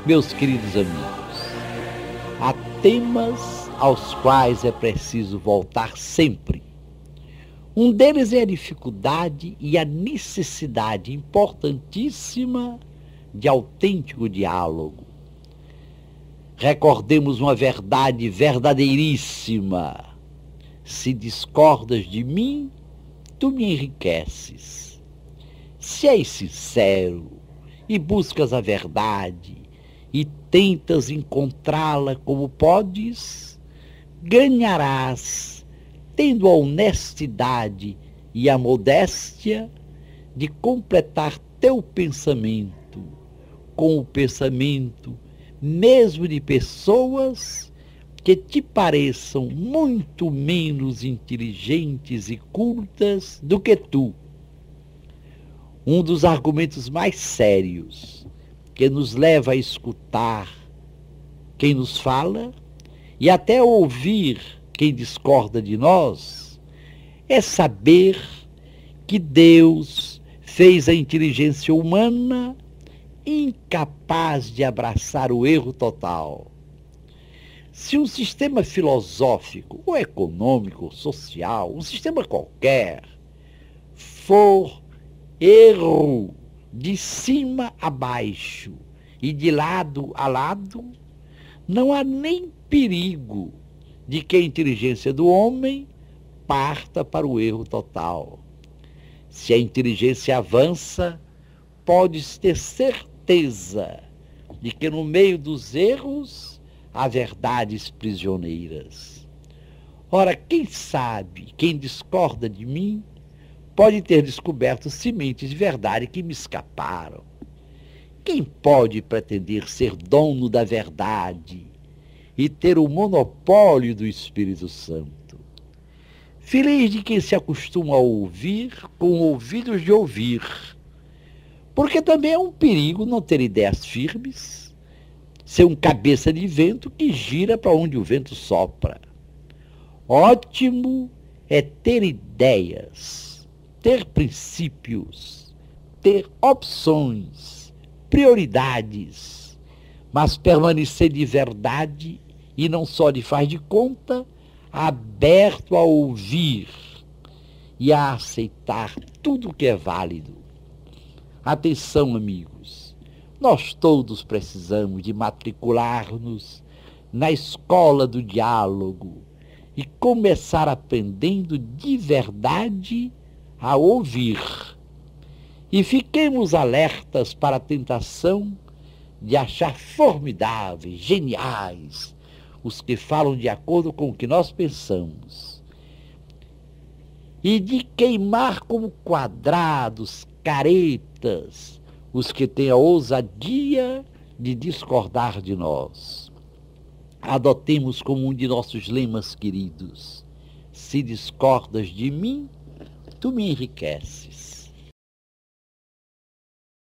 Meus queridos amigos, há temas aos quais é preciso voltar sempre. Um deles é a dificuldade e a necessidade importantíssima de autêntico diálogo. Recordemos uma verdade verdadeiríssima. Se discordas de mim, tu me enriqueces. Se és sincero e buscas a verdade e tentas encontrá-la como podes, ganharás, tendo a honestidade e a modéstia de completar teu pensamento com o pensamento mesmo de pessoas que te pareçam muito menos inteligentes e cultas do que tu. Um dos argumentos mais sérios que nos leva a escutar quem nos fala e até ouvir quem discorda de nós é saber que Deus fez a inteligência humana incapaz de abraçar o erro total. Se um sistema filosófico, ou econômico, ou social, um sistema qualquer, for erro de cima a baixo e de lado a lado, não há nem perigo de que a inteligência do homem parta para o erro total. Se a inteligência avança, podes ter certeza de que no meio dos erros há verdades prisioneiras. Ora, quem sabe, quem discorda de mim, pode ter descoberto sementes de verdade que me escaparam. Quem pode pretender ser dono da verdade e ter o monopólio do Espírito Santo? Feliz de quem se acostuma a ouvir com ouvidos de ouvir, porque também é um perigo não ter ideias firmes, ser um cabeça de vento que gira para onde o vento sopra. Ótimo é ter ideias, ter princípios, ter opções, prioridades, mas permanecer de verdade e não só de faz de conta, aberto a ouvir e a aceitar tudo que é válido. Atenção, amigos, nós todos precisamos de matricular-nos na escola do diálogo e começar aprendendo de verdade a ouvir. E fiquemos alertas para a tentação de achar formidáveis, geniais, os que falam de acordo com o que nós pensamos, e de queimar como quadrados, caretas, os que têm a ousadia de discordar de nós. Adotemos como um de nossos lemas queridos: se discordas de mim, tu me enriqueces.